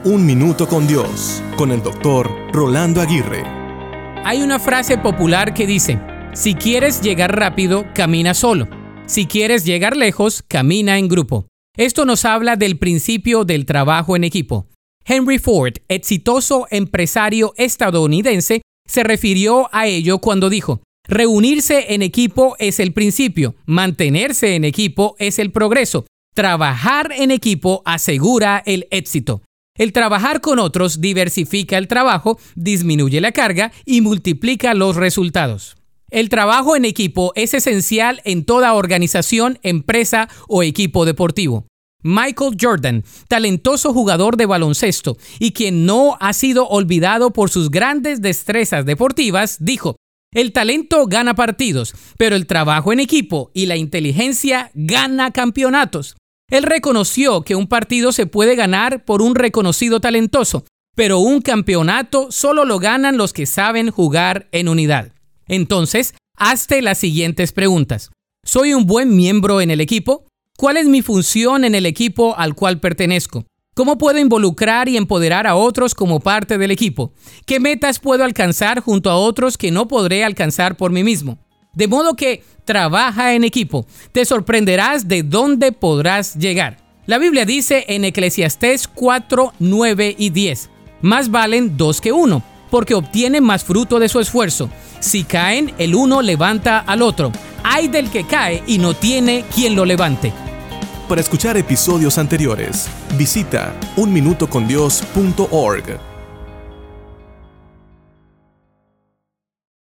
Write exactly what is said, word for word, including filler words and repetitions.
Un Minuto con Dios, con el doctor Rolando Aguirre. Hay una frase popular que dice: si quieres llegar rápido, camina solo. Si quieres llegar lejos, camina en grupo. Esto nos habla del principio del trabajo en equipo. Henry Ford, exitoso empresario estadounidense, se refirió a ello cuando dijo: reunirse en equipo es el principio, mantenerse en equipo es el progreso, trabajar en equipo asegura el éxito. El trabajar con otros diversifica el trabajo, disminuye la carga y multiplica los resultados. El trabajo en equipo es esencial en toda organización, empresa o equipo deportivo. Michael Jordan, talentoso jugador de baloncesto y quien no ha sido olvidado por sus grandes destrezas deportivas, dijo: el talento gana partidos, pero el trabajo en equipo y la inteligencia gana campeonatos. Él reconoció que un partido se puede ganar por un reconocido talentoso, pero un campeonato solo lo ganan los que saben jugar en unidad. Entonces, hazte las siguientes preguntas. ¿Soy un buen miembro en el equipo? ¿Cuál es mi función en el equipo al cual pertenezco? ¿Cómo puedo involucrar y empoderar a otros como parte del equipo? ¿Qué metas puedo alcanzar junto a otros que no podré alcanzar por mí mismo? De modo que trabaja en equipo. Te sorprenderás de dónde podrás llegar. La Biblia dice en Eclesiastés cuatro, nueve y diez: más valen dos que uno, porque obtienen más fruto de su esfuerzo. Si caen, el uno levanta al otro. Ay del que cae y no tiene quien lo levante. Para escuchar episodios anteriores, visita un minuto con dios punto org.